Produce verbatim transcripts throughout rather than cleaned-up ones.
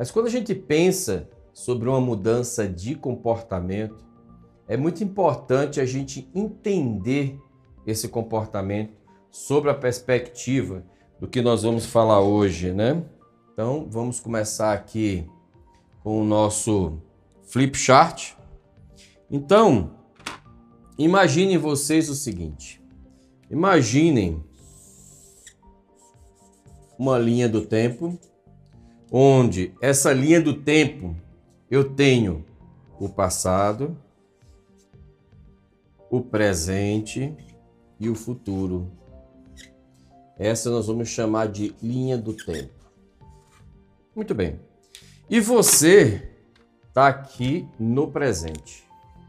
Mas quando a gente pensa sobre uma mudança de comportamento, é muito importante a gente entender esse comportamento sobre a perspectiva do que nós vamos falar hoje, né? Então, vamos começar aqui com o nosso flip chart. Então, imaginem vocês o seguinte. Imaginem uma linha do tempo, onde essa linha do tempo eu tenho o passado, o presente e o futuro. Essa nós vamos chamar de linha do tempo. Muito bem. E você está aqui no presente.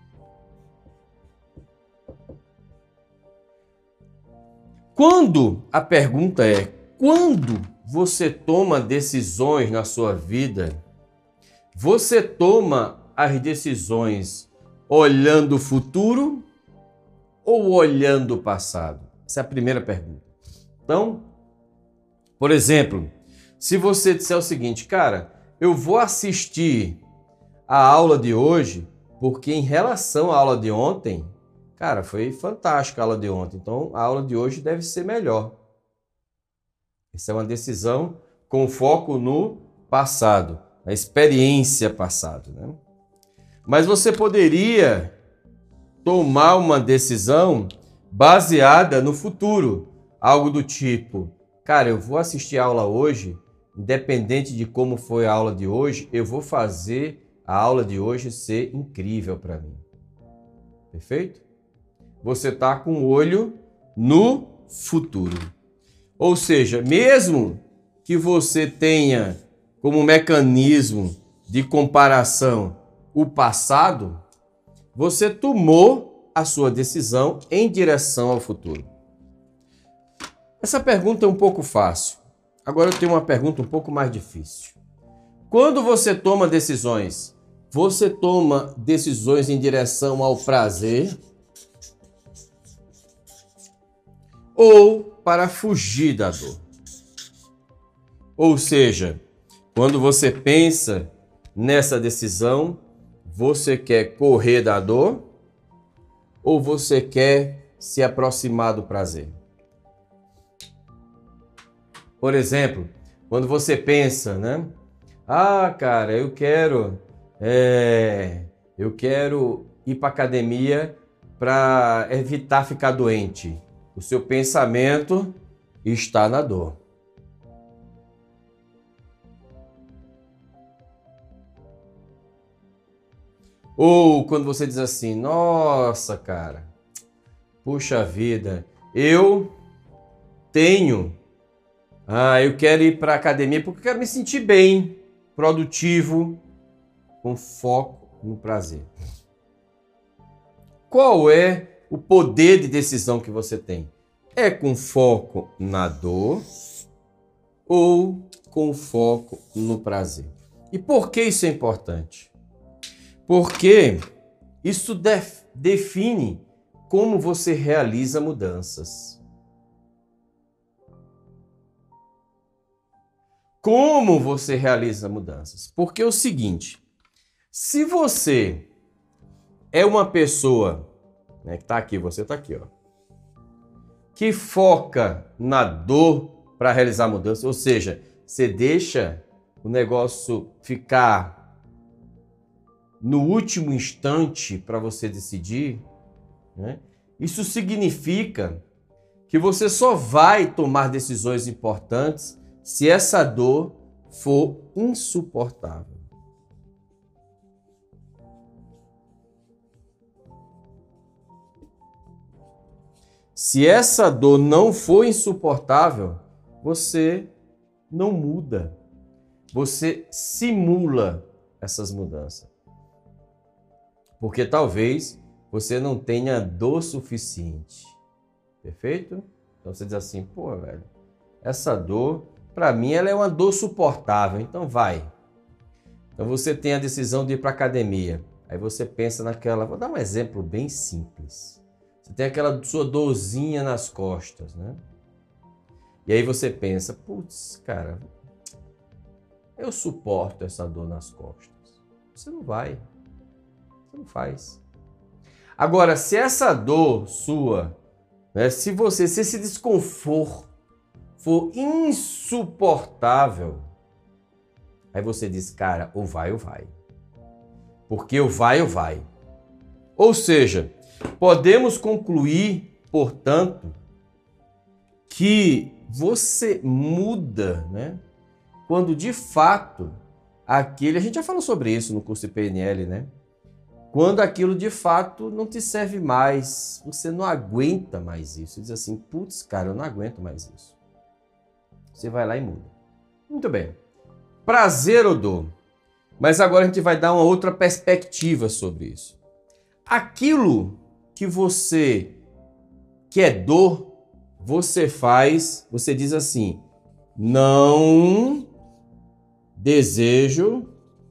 Quando, a pergunta é, quando você toma decisões na sua vida, você toma as decisões olhando o futuro ou olhando o passado? Essa é a primeira pergunta. Então, por exemplo, se você disser o seguinte, cara, eu vou assistir a aula de hoje porque em relação à aula de ontem, cara, foi fantástica a aula de ontem, então a aula de hoje deve ser melhor. Essa é uma decisão com foco no passado, na experiência passada, né? Mas você poderia tomar uma decisão baseada no futuro, algo do tipo, cara, eu vou assistir a aula hoje, independente de como foi a aula de hoje, eu vou fazer a aula de hoje ser incrível para mim. Perfeito? Você está com o olho no futuro. Ou seja, mesmo que você tenha como mecanismo de comparação o passado, você tomou a sua decisão em direção ao futuro. Essa pergunta é um pouco fácil. Agora eu tenho uma pergunta um pouco mais difícil. Quando você toma decisões, você toma decisões em direção ao prazer ou para fugir da dor? Ou seja, quando você pensa nessa decisão, você quer correr da dor ou você quer se aproximar do prazer? Por exemplo, quando você pensa, né? Ah, cara, eu quero, é, eu quero ir para academia para evitar ficar doente. O seu pensamento está na dor. Ou quando você diz assim, nossa, cara, puxa vida, eu tenho, ah, eu quero ir para a academia porque eu quero me sentir bem, produtivo, com foco no prazer. Qual é o poder de decisão que você tem? É com foco na dor ou com foco no prazer? E por que isso é importante? Porque isso def- define como você realiza mudanças. Como você realiza mudanças? Porque é o seguinte, se você é uma pessoa, né, que está aqui, você está aqui, ó, que foca na dor para realizar mudanças, ou seja, você deixa o negócio ficar no último instante para você decidir, né? Isso significa que você só vai tomar decisões importantes se essa dor for insuportável. Se essa dor não for insuportável, você não muda. Você simula essas mudanças. Porque talvez você não tenha dor suficiente. Perfeito? Então você diz assim, pô, velho, essa dor, para mim, ela é uma dor suportável, então vai. Então você tem a decisão de ir para a academia. Aí você pensa naquela, vou dar um exemplo bem simples. Você tem aquela sua dorzinha nas costas, né? E aí você pensa, putz, cara, eu suporto essa dor nas costas. Você não vai. Você não faz. Agora, se essa dor sua, né, se você, se esse desconforto for insuportável, aí você diz, cara, ou vai ou vai. Porque o vai ou vai. Ou seja, podemos concluir, portanto, que você muda, né? Quando de fato aquele, a gente já falou sobre isso no curso de P N L, né? Quando aquilo de fato não te serve mais, você não aguenta mais isso. Você diz assim, putz, cara, eu não aguento mais isso. Você vai lá e muda. Muito bem. Prazer ou dor? Mas agora a gente vai dar uma outra perspectiva sobre isso. Aquilo que você quer dor, você faz, você diz assim, não desejo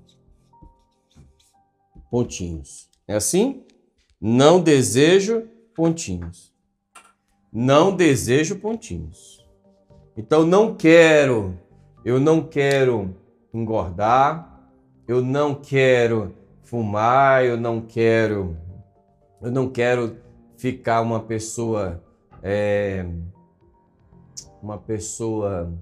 pontinhos. É assim? Não desejo pontinhos. Não desejo pontinhos. Então não quero, eu não quero engordar, eu não quero fumar, eu não quero, eu não quero ficar uma pessoa, é, uma pessoa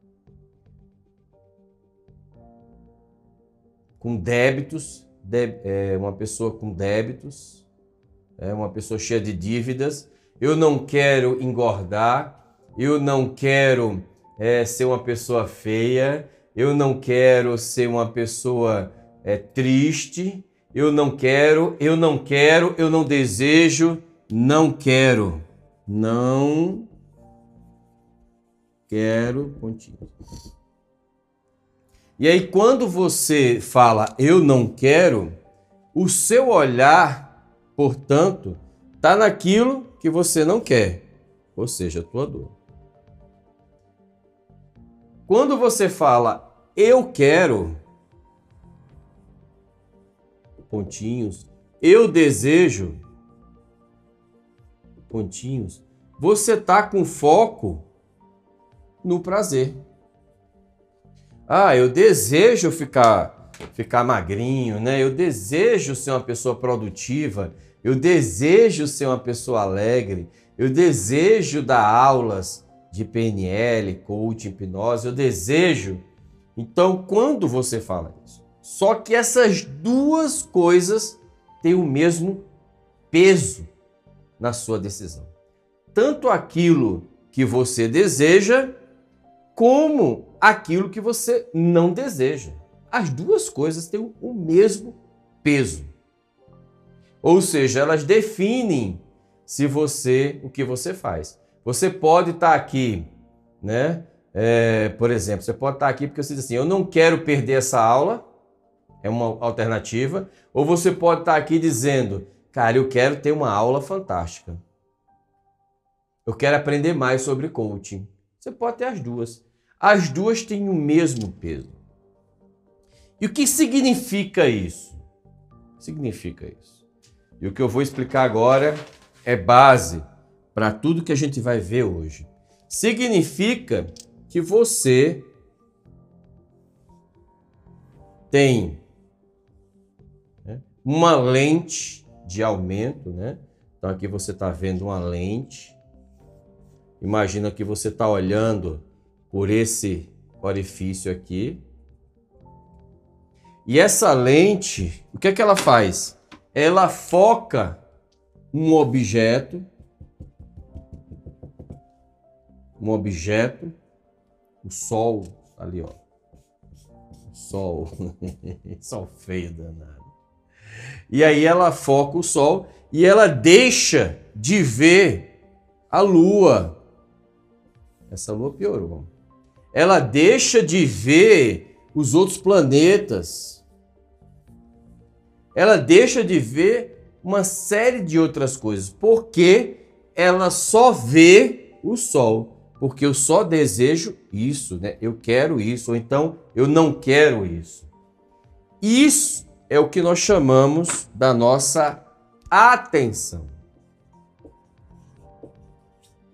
com débitos, de, é, uma pessoa com débitos, é, uma pessoa cheia de dívidas. Eu não quero engordar, eu não quero é, ser uma pessoa feia, eu não quero ser uma pessoa é, triste, eu não quero, eu não quero, eu não desejo, não quero, não quero, pontinho. E aí quando você fala eu não quero, o seu olhar, portanto, está naquilo que você não quer, ou seja, a tua dor. Quando você fala eu quero, pontinhos, eu desejo, pontinhos, você está com foco no prazer. Ah, eu desejo ficar, ficar magrinho, né? Eu desejo ser uma pessoa produtiva, eu desejo ser uma pessoa alegre, eu desejo dar aulas de P N L, coaching, hipnose, eu desejo. Então, quando você fala isso, só que essas duas coisas têm o mesmo peso na sua decisão. Tanto aquilo que você deseja, como aquilo que você não deseja. As duas coisas têm o mesmo peso. Ou seja, elas definem se você, o que você faz. Você pode estar aqui, né? É, por exemplo, você pode estar aqui porque você diz assim, eu não quero perder essa aula, é uma alternativa. Ou você pode estar aqui dizendo, cara, eu quero ter uma aula fantástica. Eu quero aprender mais sobre coaching. Você pode ter as duas. As duas têm o mesmo peso. E o que significa isso? Significa isso. E o que eu vou explicar agora é base para tudo que a gente vai ver hoje. Significa que você tem, né, uma lente de aumento, né? Então aqui você está vendo uma lente. Imagina que você está olhando por esse orifício aqui. E essa lente, o que é que ela faz? Ela foca um objeto, um objeto, o sol, ali ó, o sol, sol feio danado. E aí ela foca o sol e ela deixa de ver a lua. Essa lua piorou. Ela deixa de ver os outros planetas. Ela deixa de ver uma série de outras coisas, porque ela só vê o sol, porque eu só desejo isso, né? Eu quero isso, ou então eu não quero isso. Isso é o que nós chamamos da nossa atenção.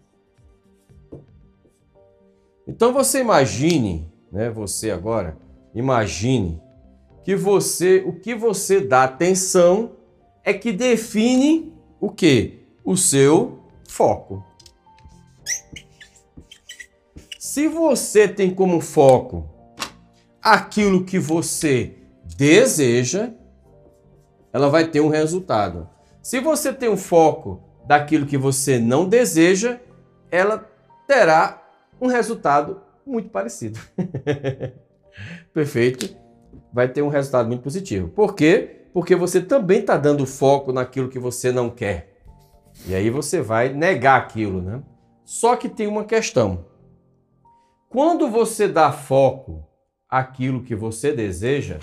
Então você imagine, né, você agora, imagine que você, o que você dá atenção é que define o quê? O seu foco. Se você tem como foco aquilo que você deseja, ela vai ter um resultado. Se você tem um foco daquilo que você não deseja, ela terá um resultado muito parecido. Perfeito? Vai ter um resultado muito positivo. Por quê? Porque você também está dando foco naquilo que você não quer. E aí você vai negar aquilo, né? Só que tem uma questão. Quando você dá foco àquilo que você deseja,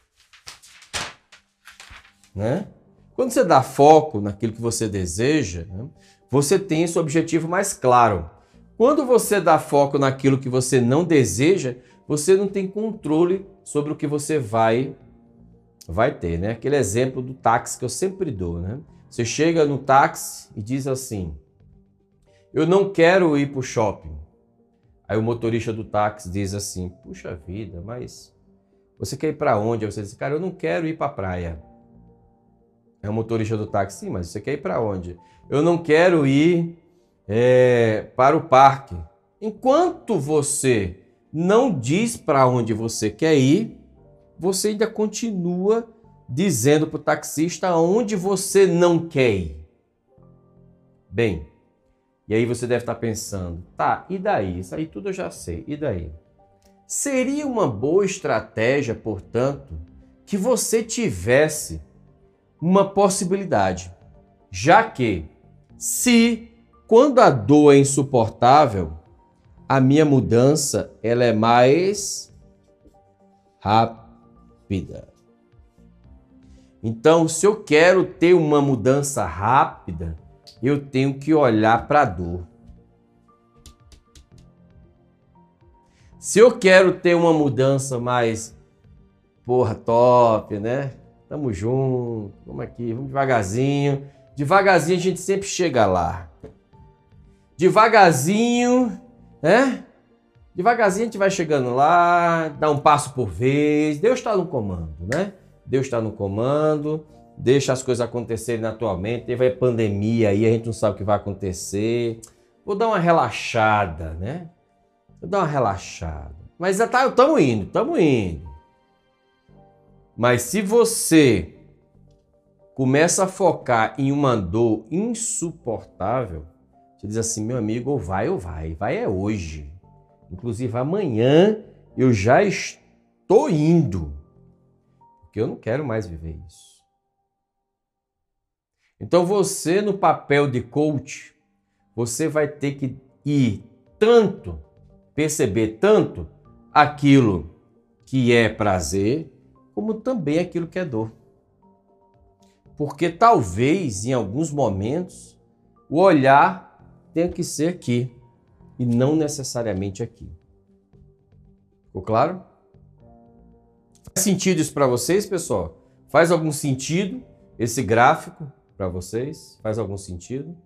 né? Quando você dá foco naquilo que você deseja, né? Você tem esse objetivo mais claro. Quando você dá foco naquilo que você não deseja, você não tem controle sobre o que você vai, vai ter, né? Aquele exemplo do táxi que eu sempre dou, né? Você chega no táxi e diz assim, eu não quero ir para o shopping. Aí o motorista do táxi diz assim, puxa vida, mas você quer ir para onde? Aí você diz, cara, eu não quero ir para a praia. Aí o motorista do táxi, sim, mas você quer ir para onde? Eu não quero ir é, para o parque. Enquanto você não diz para onde você quer ir, você ainda continua dizendo para o taxista onde você não quer ir. Bem, e aí você deve estar pensando, tá, e daí? Isso aí tudo eu já sei, e daí? Seria uma boa estratégia, portanto, que você tivesse uma possibilidade, já que se quando a dor é insuportável, a minha mudança ela é mais rápida. Então, se eu quero ter uma mudança rápida, eu tenho que olhar para a dor. Se eu quero ter uma mudança mais, porra, top, né? Tamo junto, vamos aqui, vamos devagarzinho. Devagarzinho a gente sempre chega lá. Devagarzinho, né? Devagarzinho a gente vai chegando lá, dá um passo por vez. Deus está no comando, né? Deus está no comando, deixa as coisas acontecerem naturalmente. Teve a pandemia aí, a gente não sabe o que vai acontecer. Vou dar uma relaxada, né? Vou dar uma relaxada. Mas já tá, estamos indo, estamos indo. Mas se você começa a focar em uma dor insuportável, você diz assim, meu amigo, ou vai ou vai. Vai é hoje. Inclusive amanhã eu já estou indo. Porque eu não quero mais viver isso. Então você no papel de coach, você vai ter que ir tanto, perceber tanto aquilo que é prazer, como também aquilo que é dor. Porque talvez, em alguns momentos, o olhar tenha que ser aqui e não necessariamente aqui. Ficou claro? Faz sentido isso para vocês, pessoal? Faz algum sentido esse gráfico para vocês? Faz algum sentido?